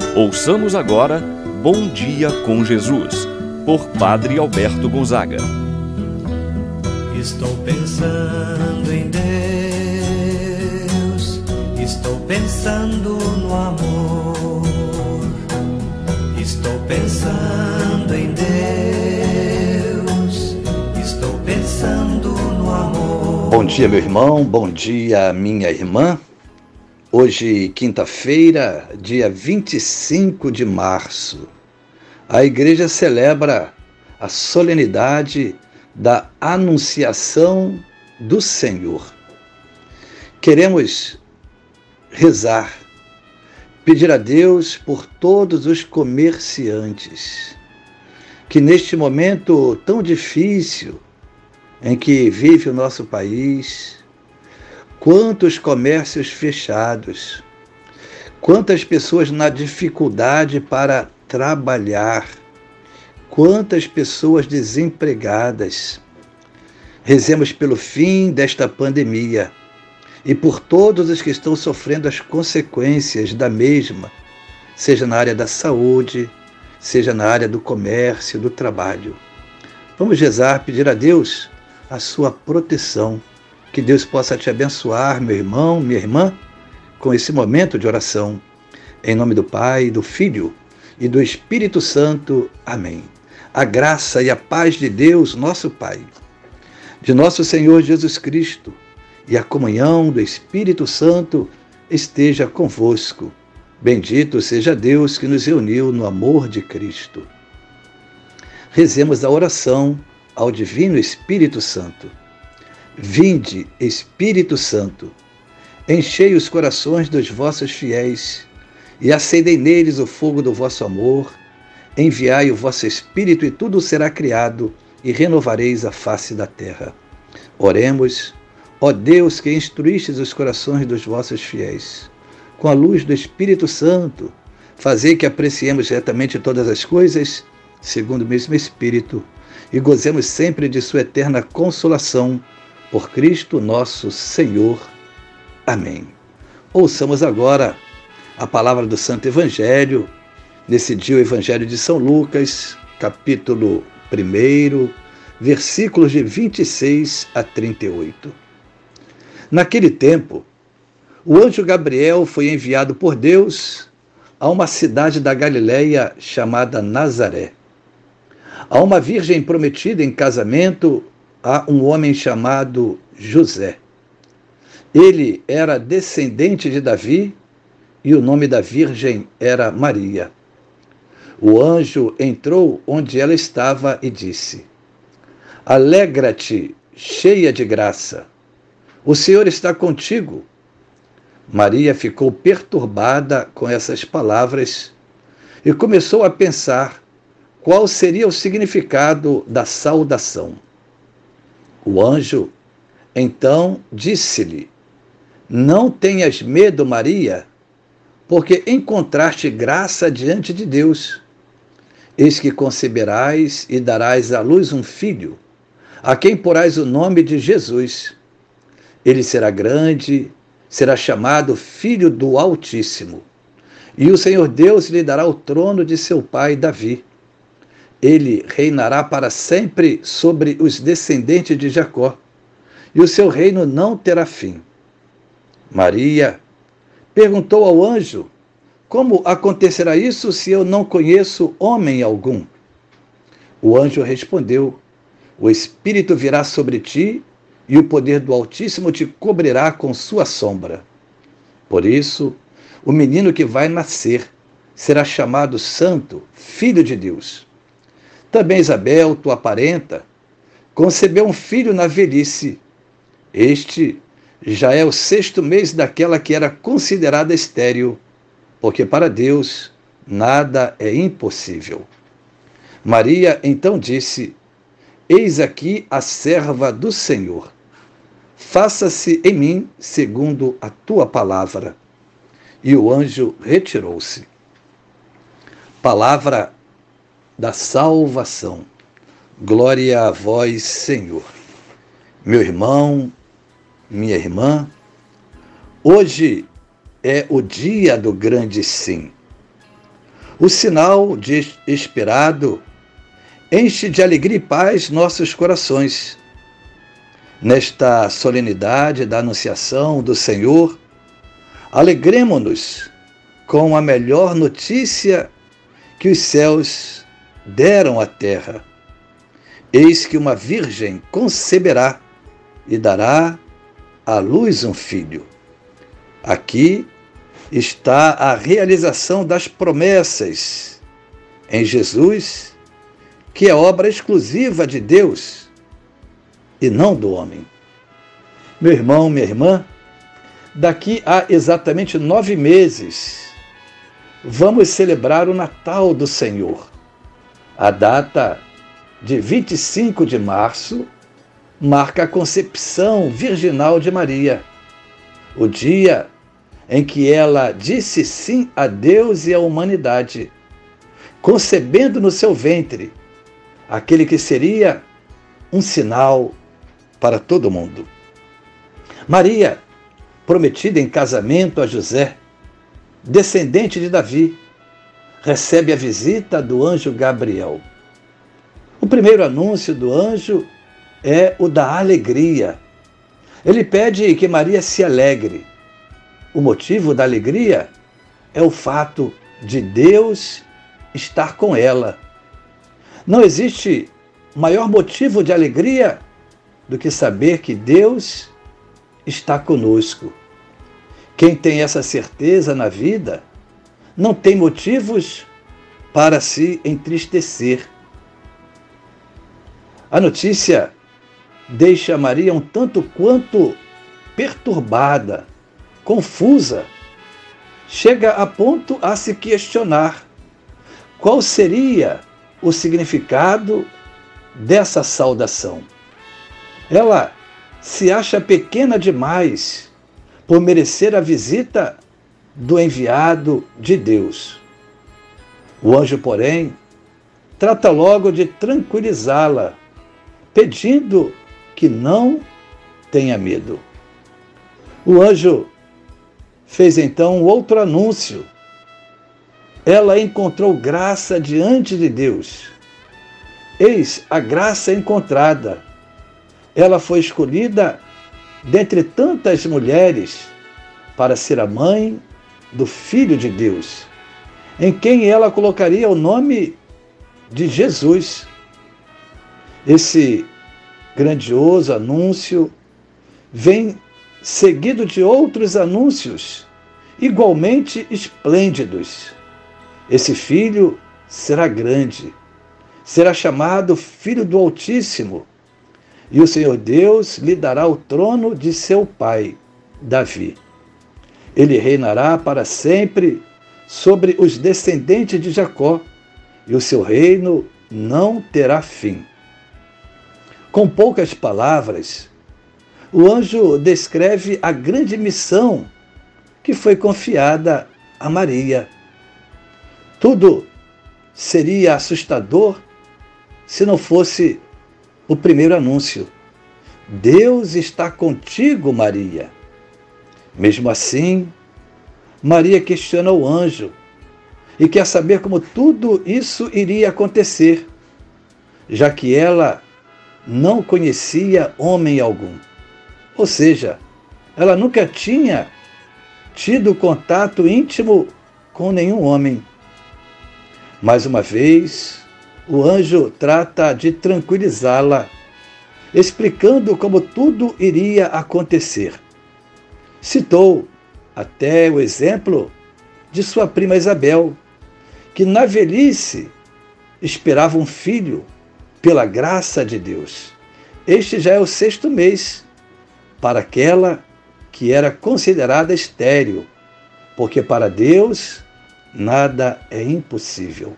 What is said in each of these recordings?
Ouçamos agora Bom Dia com Jesus, por Padre Alberto Gonzaga. Estou pensando em Deus, estou pensando no amor, estou pensando em Deus, estou pensando no amor. Bom dia, meu irmão, bom dia, minha irmã. Hoje, quinta-feira, dia 25 de março, a igreja celebra a solenidade da Anunciação do Senhor. Queremos rezar, pedir a Deus por todos os comerciantes, que neste momento tão difícil em que vive o nosso país, quantos comércios fechados, quantas pessoas na dificuldade para trabalhar, quantas pessoas desempregadas. Rezemos pelo fim desta pandemia e por todos os que estão sofrendo as consequências da mesma, seja na área da saúde, seja na área do comércio, do trabalho. Vamos rezar, pedir a Deus a sua proteção. Que Deus possa te abençoar, meu irmão, minha irmã, com esse momento de oração. Em nome do Pai, do Filho e do Espírito Santo. Amém. A graça e a paz de Deus, nosso Pai, de nosso Senhor Jesus Cristo e a comunhão do Espírito Santo esteja convosco. Bendito seja Deus que nos reuniu no amor de Cristo. Rezemos a oração ao Divino Espírito Santo. Vinde, Espírito Santo, enchei os corações dos vossos fiéis e acendei neles o fogo do vosso amor. Enviai o vosso Espírito e tudo será criado e renovareis a face da terra. Oremos, ó Deus que instruístes os corações dos vossos fiéis. Com a luz do Espírito Santo, fazei que apreciemos retamente todas as coisas, segundo o mesmo Espírito, e gozemos sempre de sua eterna consolação, por Cristo nosso Senhor. Amém. Ouçamos agora a palavra do Santo Evangelho, nesse dia o Evangelho de São Lucas, capítulo 1, versículos de 26 a 38. Naquele tempo, o anjo Gabriel foi enviado por Deus a uma cidade da Galileia chamada Nazaré, a uma virgem prometida em casamento a um homem chamado José. Ele era descendente de Davi e o nome da virgem era Maria. O anjo entrou onde ela estava e disse: Alegra-te, cheia de graça, o Senhor está contigo. Maria ficou perturbada com essas palavras e começou a pensar qual seria o significado da saudação. O anjo, então, disse-lhe: Não tenhas medo, Maria, porque encontraste graça diante de Deus. Eis que conceberás e darás à luz um filho, a quem porás o nome de Jesus. Ele será grande, será chamado Filho do Altíssimo, e o Senhor Deus lhe dará o trono de seu pai Davi. Ele reinará para sempre sobre os descendentes de Jacó, e o seu reino não terá fim. Maria perguntou ao anjo: Como acontecerá isso se eu não conheço homem algum? O anjo respondeu: O Espírito virá sobre ti, e o poder do Altíssimo te cobrirá com sua sombra. Por isso, o menino que vai nascer será chamado Santo, Filho de Deus. Também Isabel, tua parenta, concebeu um filho na velhice. Este já é o 6º mês daquela que era considerada estéril, porque para Deus nada é impossível. Maria então disse: Eis aqui a serva do Senhor. Faça-se em mim segundo a tua palavra. E o anjo retirou-se. Palavra da salvação. Glória a vós, Senhor. Meu irmão, minha irmã, hoje é o dia do grande sim. O sinal esperado enche de alegria e paz nossos corações. Nesta solenidade da Anunciação do Senhor, alegremo-nos com a melhor notícia que os céus deram à terra. Eis que uma virgem conceberá e dará à luz um filho. Aqui está a realização das promessas em Jesus, que é obra exclusiva de Deus e não do homem. Meu irmão, minha irmã, daqui a exatamente 9 meses, vamos celebrar o Natal do Senhor. A data de 25 de março marca a concepção virginal de Maria, o dia em que ela disse sim a Deus e à humanidade, concebendo no seu ventre aquele que seria um sinal para todo mundo. Maria, prometida em casamento a José, descendente de Davi, recebe a visita do anjo Gabriel. O primeiro anúncio do anjo é o da alegria. Ele pede que Maria se alegre. O motivo da alegria é o fato de Deus estar com ela. Não existe maior motivo de alegria do que saber que Deus está conosco. Quem tem essa certeza na vida não tem motivos para se entristecer. A notícia deixa Maria um tanto quanto perturbada, confusa. Chega a ponto a se questionar qual seria o significado dessa saudação. Ela se acha pequena demais por merecer a visita do enviado de Deus. O anjo, porém, trata logo de tranquilizá-la, pedindo que não tenha medo. O anjo fez então outro anúncio. Ela encontrou graça diante de Deus. Eis a graça encontrada. Ela foi escolhida dentre tantas mulheres para ser a mãe do Filho de Deus, em quem ela colocaria o nome de Jesus. Esse grandioso anúncio vem seguido de outros anúncios igualmente esplêndidos. Esse filho será grande, será chamado Filho do Altíssimo, e o Senhor Deus lhe dará o trono de seu pai, Davi. Ele reinará para sempre sobre os descendentes de Jacó, e o seu reino não terá fim. Com poucas palavras, o anjo descreve a grande missão que foi confiada a Maria. Tudo seria assustador se não fosse o primeiro anúncio. Deus está contigo, Maria. Mesmo assim, Maria questiona o anjo e quer saber como tudo isso iria acontecer, já que ela não conhecia homem algum. Ou seja, ela nunca tinha tido contato íntimo com nenhum homem. Mais uma vez, o anjo trata de tranquilizá-la, explicando como tudo iria acontecer. Citou até o exemplo de sua prima Isabel, que na velhice esperava um filho pela graça de Deus. Este já é o 6º mês para aquela que era considerada estéril, porque para Deus nada é impossível.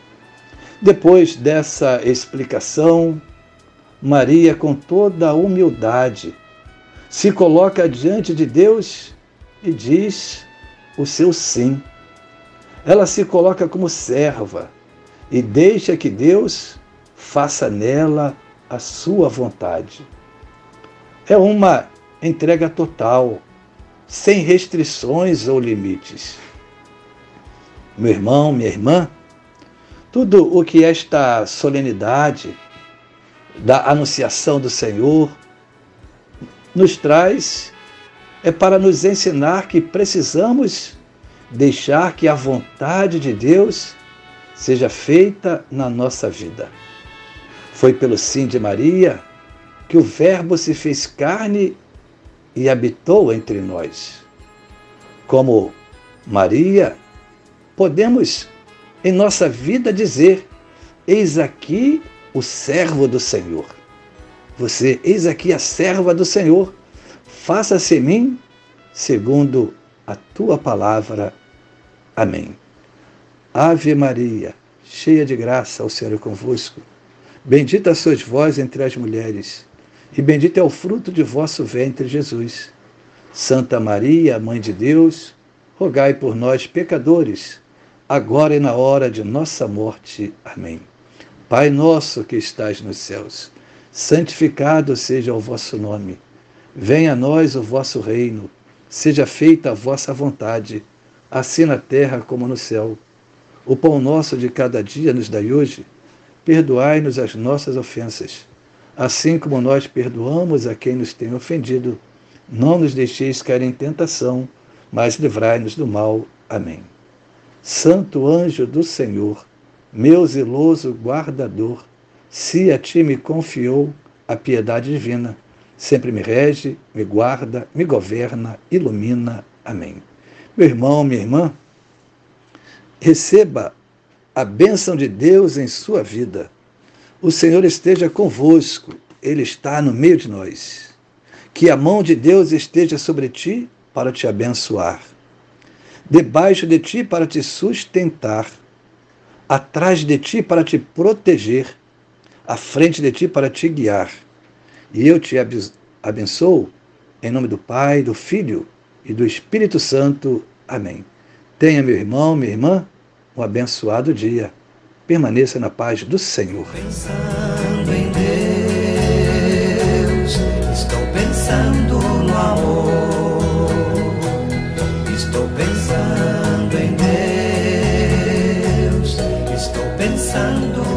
Depois dessa explicação, Maria, com toda a humildade, se coloca diante de Deus e diz o seu sim. Ela se coloca como serva e deixa que Deus faça nela a sua vontade. É uma entrega total, sem restrições ou limites. Meu irmão, minha irmã, tudo o que esta solenidade da anunciação do Senhor nos traz é para nos ensinar que precisamos deixar que a vontade de Deus seja feita na nossa vida. Foi pelo sim de Maria que o Verbo se fez carne e habitou entre nós. Como Maria, podemos em nossa vida dizer: eis aqui o servo do Senhor. Você, eis aqui a serva do Senhor. Faça-se em mim segundo a tua palavra. Amém. Ave Maria, cheia de graça, o Senhor é convosco. Bendita sois vós entre as mulheres, e bendito é o fruto de vosso ventre, Jesus. Santa Maria, Mãe de Deus, rogai por nós, pecadores, agora e na hora de nossa morte. Amém. Pai nosso que estais nos céus, santificado seja o vosso nome. Venha a nós o vosso reino, seja feita a vossa vontade, assim na terra como no céu. O pão nosso de cada dia nos dai hoje. Perdoai-nos as nossas ofensas, assim como nós perdoamos a quem nos tem ofendido. Não nos deixeis cair em tentação, mas livrai-nos do mal. Amém. Santo anjo do Senhor, meu zeloso guardador, se a ti me confiou a piedade divina, sempre me rege, me guarda, me governa, ilumina. Amém. Meu irmão, minha irmã, receba a bênção de Deus em sua vida. O Senhor esteja convosco, Ele está no meio de nós. Que a mão de Deus esteja sobre ti para te abençoar, debaixo de ti para te sustentar, atrás de ti para te proteger, à frente de ti para te guiar. E eu te abençoo em nome do Pai, do Filho e do Espírito Santo. Amém. Tenha, meu irmão, minha irmã, um abençoado dia. Permaneça na paz do Senhor. Pensando em Deus, estou pensando no amor. Estou pensando em Deus, estou pensando